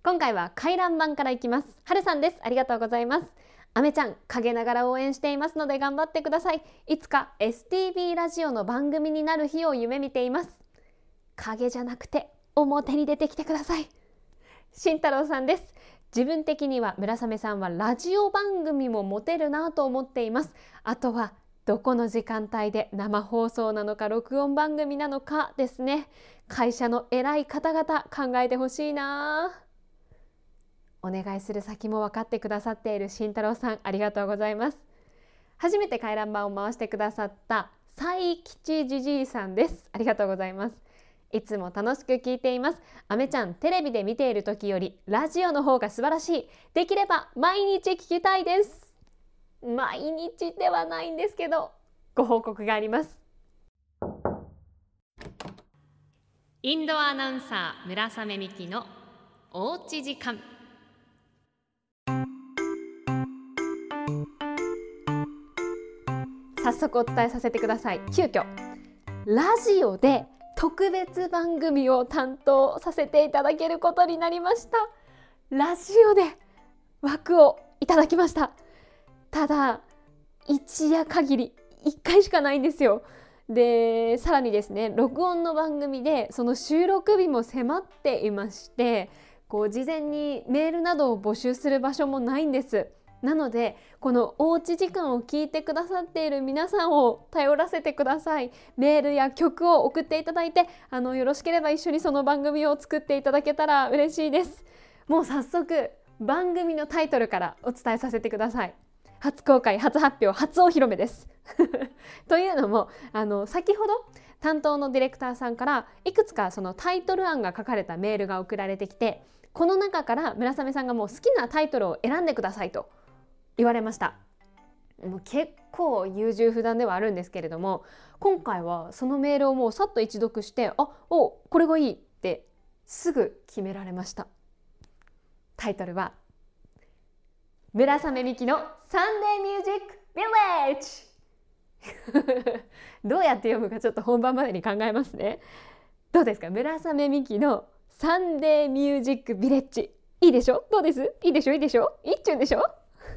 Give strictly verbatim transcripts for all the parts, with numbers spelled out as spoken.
今回は回覧板からいきます。はるさんです。ありがとうございます。あめちゃん、陰ながら応援していますので頑張ってください。いつか エスティービー ラジオの番組になる日を夢見ています。影じゃなくて表に出てきてください。慎太郎さんです。自分的には村雨さんはラジオ番組も持てるなと思っています。あとはどこの時間帯で生放送なのか録音番組なのかですね。会社の偉い方々考えてほしいな。お願いする先も分かってくださっている慎太郎さん、ありがとうございます。初めて回覧板を回してくださった西吉じじいさんです。ありがとうございます。いつも楽しく聞いています。あめちゃん、テレビで見ている時よりラジオの方が素晴らしい。できれば毎日聞きたいです。毎日ではないんですけど、ご報告があります。インドアナウンサー村雨美希のおうち時間。早速お伝えさせてください。急遽ラジオで特別番組を担当させていただけることになりました。ラジオで枠をいただきました。ただ一夜限りいっかいしかないんですよ。でさらにですね、録音の番組でその収録日も迫っていまして、こう事前にメールなどを募集する場所もないんです。なのでこのおうち時間を聞いてくださっている皆さんを頼らせてください。メールや曲を送っていただいて、あのよろしければ一緒にその番組を作っていただけたら嬉しいです。もう早速番組のタイトルからお伝えさせてください。初公開、初発表、初お披露目ですというのも、あの先ほど担当のディレクターさんからいくつかそのタイトル案が書かれたメールが送られてきて、この中から村雨さんがもう好きなタイトルを選んでくださいと言われました。もう結構優柔不断ではあるんですけれども、今回はそのメールをもうさっと一読して、あ、お、これがいいってすぐ決められました。タイトルは村雨美希のサンデーミュージックビレッジどうやって読むかちょっと本番までに考えますね。どうですか、村雨美希のサンデーミュージックビレッジ、いいでしょ？どうです？いいでしょ？いいでしょ？いいっちゅうんでしょ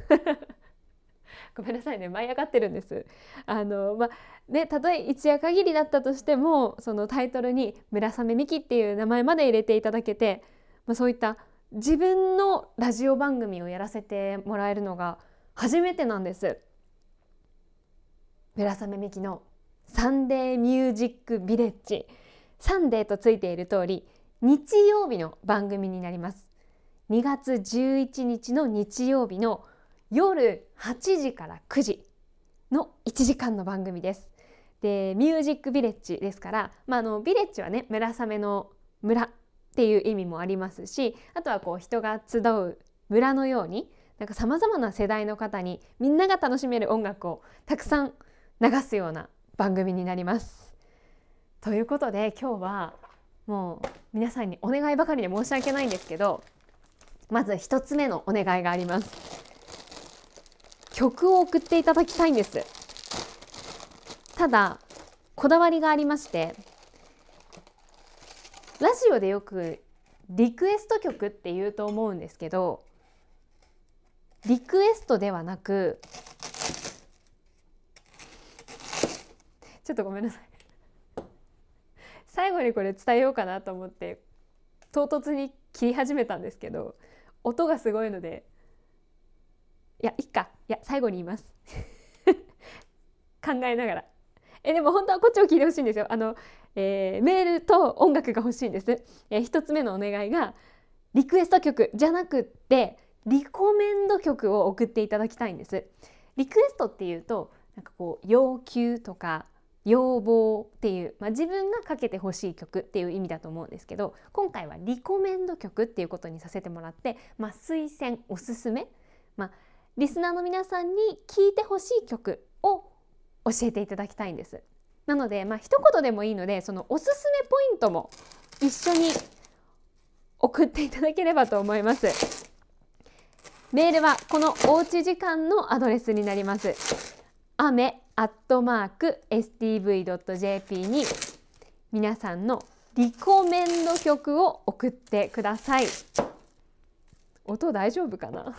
ごめんなさいね、舞い上がってるんです。あの、まね、たとえ一夜限りだったとしても、そのタイトルに村雨美希っていう名前まで入れていただけて、まあ、そういった自分のラジオ番組をやらせてもらえるのが初めてなんです。村雨美希のサンデーミュージックビレッジ、サンデーとついている通り日曜日の番組になります。にがつじゅういちにちの日曜日の夜はちじからくじのいちじかんの番組です。でミュージックビレッジですから、まあ、あのビレッジはね、村雨の村っていう意味もありますし、あとはこう人が集う村のように、なんかさまざまな世代の方にみんなが楽しめる音楽をたくさん流すような番組になります。ということで今日はもう皆さんにお願いばかりで申し訳ないんですけど、まず一つ目のお願いがあります。曲を送っていただきたいんです。ただこだわりがありまして、ラジオでよくリクエスト曲って言うと思うんですけど、リクエストではなく、ちょっとごめんなさい最後にこれ伝えようかなと思って唐突に切り始めたんですけど、音がすごいので、いやいっか、いや最後に言います考えながら。えでも本当はこっちを聞いてほしいんですよ。あの、えー、メールと音楽が欲しいんです。えー、一つ目のお願いがリクエスト曲じゃなくってリコメンド曲を送っていただきたいんです。リクエストっていうとなんかこう要求とか要望っていう、まあ、自分がかけてほしい曲っていう意味だと思うんですけど、今回はリコメンド曲っていうことにさせてもらって、まあ、推薦おすすめ、まあ、リスナーの皆さんに聴いてほしい曲を教えていただきたいんです。なので、まあ、一言でもいいのでそのおすすめポイントも一緒に送っていただければと思います。メールはこのおうち時間のアドレスになります。アメアットマーク エスティーブイドットジェーピー に皆さんのリコメンド曲を送ってください。 音大丈夫かな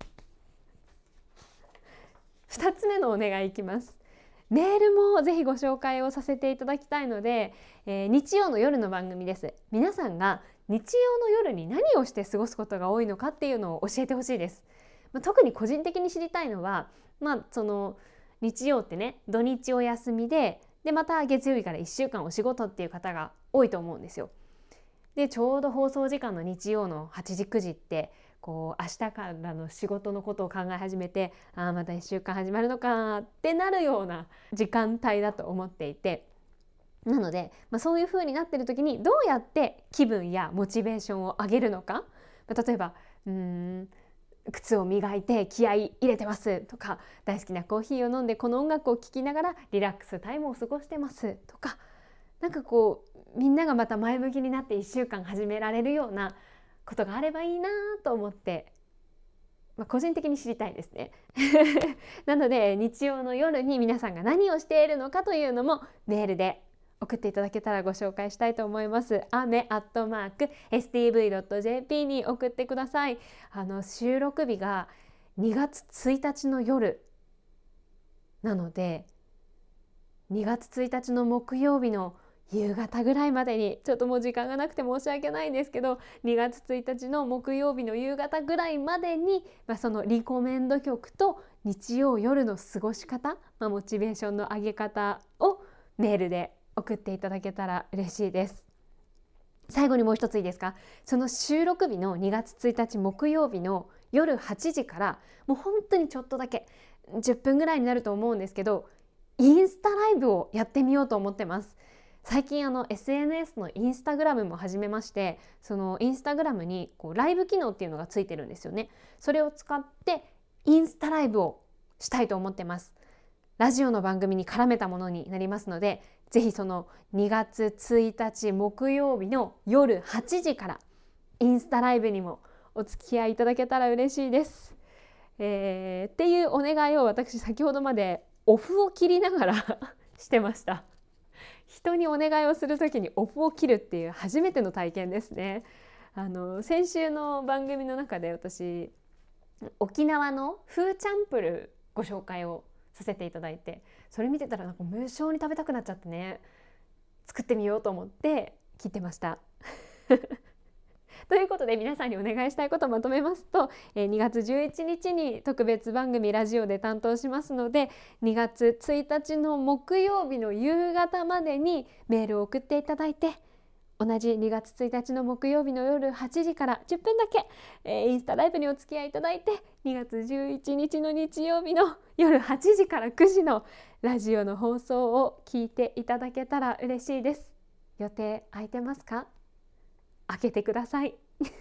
ふたつめのお願いいきます。メールもぜひご紹介をさせていただきたいので、えー、日曜の夜の番組です。皆さんが日曜の夜に何をして過ごすことが多いのかっていうのを教えてほしいです。まあ、特に個人的に知りたいのは、まあ、その日曜ってね、土日お休みで、でまた月曜日からいっしゅうかんお仕事っていう方が多いと思うんですよ。でちょうど放送時間の日曜のはちじくじってこう明日からの仕事のことを考え始めて、ああまたいっしゅうかん始まるのかってなるような時間帯だと思っていて、なので、まあ、そういう風になってる時にどうやって気分やモチベーションを上げるのか、まあ、例えばうーん靴を磨いて気合い入れてますとか、大好きなコーヒーを飲んでこの音楽を聴きながらリラックスタイムを過ごしてますとか、なんかこうみんながまた前向きになっていっしゅうかん始められるようなことがあればいいなと思って、まあ、個人的に知りたいですねなので日曜の夜に皆さんが何をしているのかというのもメールで送っていただけたらご紹介したいと思います。アメアットマーク エスティーブイドットジェーピー に送ってください。あの収録日がにがつついたちの夜なので、にがつついたちの木曜日の夕方ぐらいまでに、ちょっともう時間がなくて申し訳ないんですけど、にがつついたちの木曜日の夕方ぐらいまでに、まあ、そのリコメンド曲と日曜夜の過ごし方、まあ、モチベーションの上げ方をメールで送っていただけたら嬉しいです。最後にもう一ついいですか。その収録日のにがつついたち木曜日の夜はちじからもう本当にちょっとだけじゅっぷんぐらいになると思うんですけど、インスタライブをやってみようと思ってます。最近あの エスエヌエス のインスタグラムも始めまして、そのインスタグラムにこうライブ機能っていうのがついてるんですよね。それを使ってインスタライブをしたいと思ってます。ラジオの番組に絡めたものになりますので、ぜひそのにがつついたち木曜日の夜はちじからインスタライブにもお付き合いいただけたら嬉しいです、えー、っていうお願いを私先ほどまでオフを切りながらしてました。人にお願いをするときにオフを切るっていう初めての体験ですね。あの先週の番組の中で私沖縄のフーチャンプルご紹介をさせていただいて、それ見てたらなんか無性に食べたくなっちゃってね、作ってみようと思って切ってましたということで皆さんにお願いしたいことをまとめますと、にがつじゅういちにちに特別番組ラジオで担当しますので、にがつついたちの木曜日の夕方までにメールを送っていただいて、同じにがつついたちの木曜日の夜はちじからじゅっぷんだけ、えー、インスタライブにお付き合いいただいて、にがつじゅういちにちの日曜日の夜はちじからくじのラジオの放送を聞いていただけたら嬉しいです。予定空いてますか？開けてください、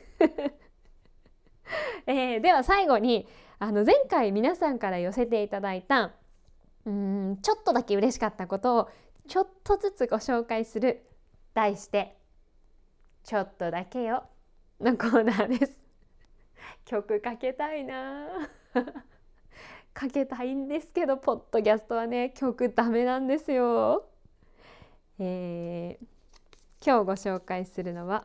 えー、では最後にあの前回皆さんから寄せていただいたうーんちょっとだけ嬉しかったことをちょっとずつご紹介する、題してちょっとだけよのコーナーです。曲かけたいなかけたいんですけど、ポッドキャストはね曲ダメなんですよ。えー、今日ご紹介するのは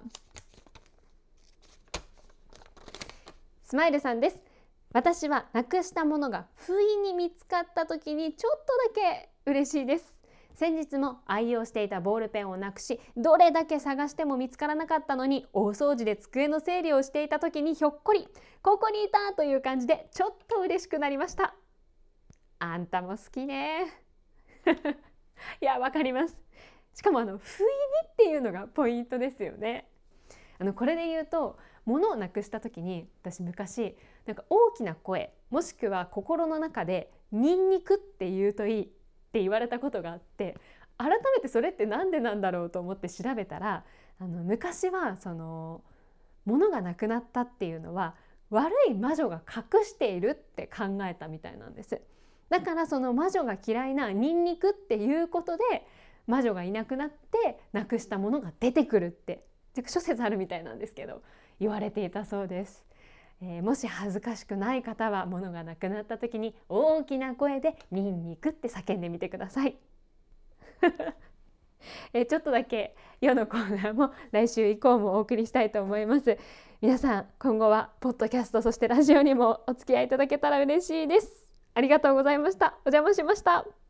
スマイルさんです。私はなくしたものが不意に見つかった時にちょっとだけ嬉しいです。先日も愛用していたボールペンをなくし、どれだけ探しても見つからなかったのに、大掃除で机の整理をしていた時にひょっこりここにいたという感じでちょっと嬉しくなりました。あんたも好きねいやわかります。しかもあの不意にっていうのがポイントですよね。あのこれで言うと、物をなくした時に私昔なんか大きな声もしくは心の中でニンニクって言うといいって言われたことがあって、改めてそれってなんでなんだろうと思って調べたら、あの昔はその物がなくなったっていうのは悪い魔女が隠しているって考えたみたいなんです。だからその魔女が嫌いなニンニクっていうことで魔女がいなくなってなくしたものが出てくるって諸説あるみたいなんですけど、言われていたそうです。えー、もし恥ずかしくない方は物がなくなった時に大きな声でニンニクって叫んでみてくださいえちょっとだけ世のコーナーも来週以降もお送りしたいと思います。皆さん今後はポッドキャストそしてラジオにもお付き合いいただけたら嬉しいです。ありがとうございました。お邪魔しました。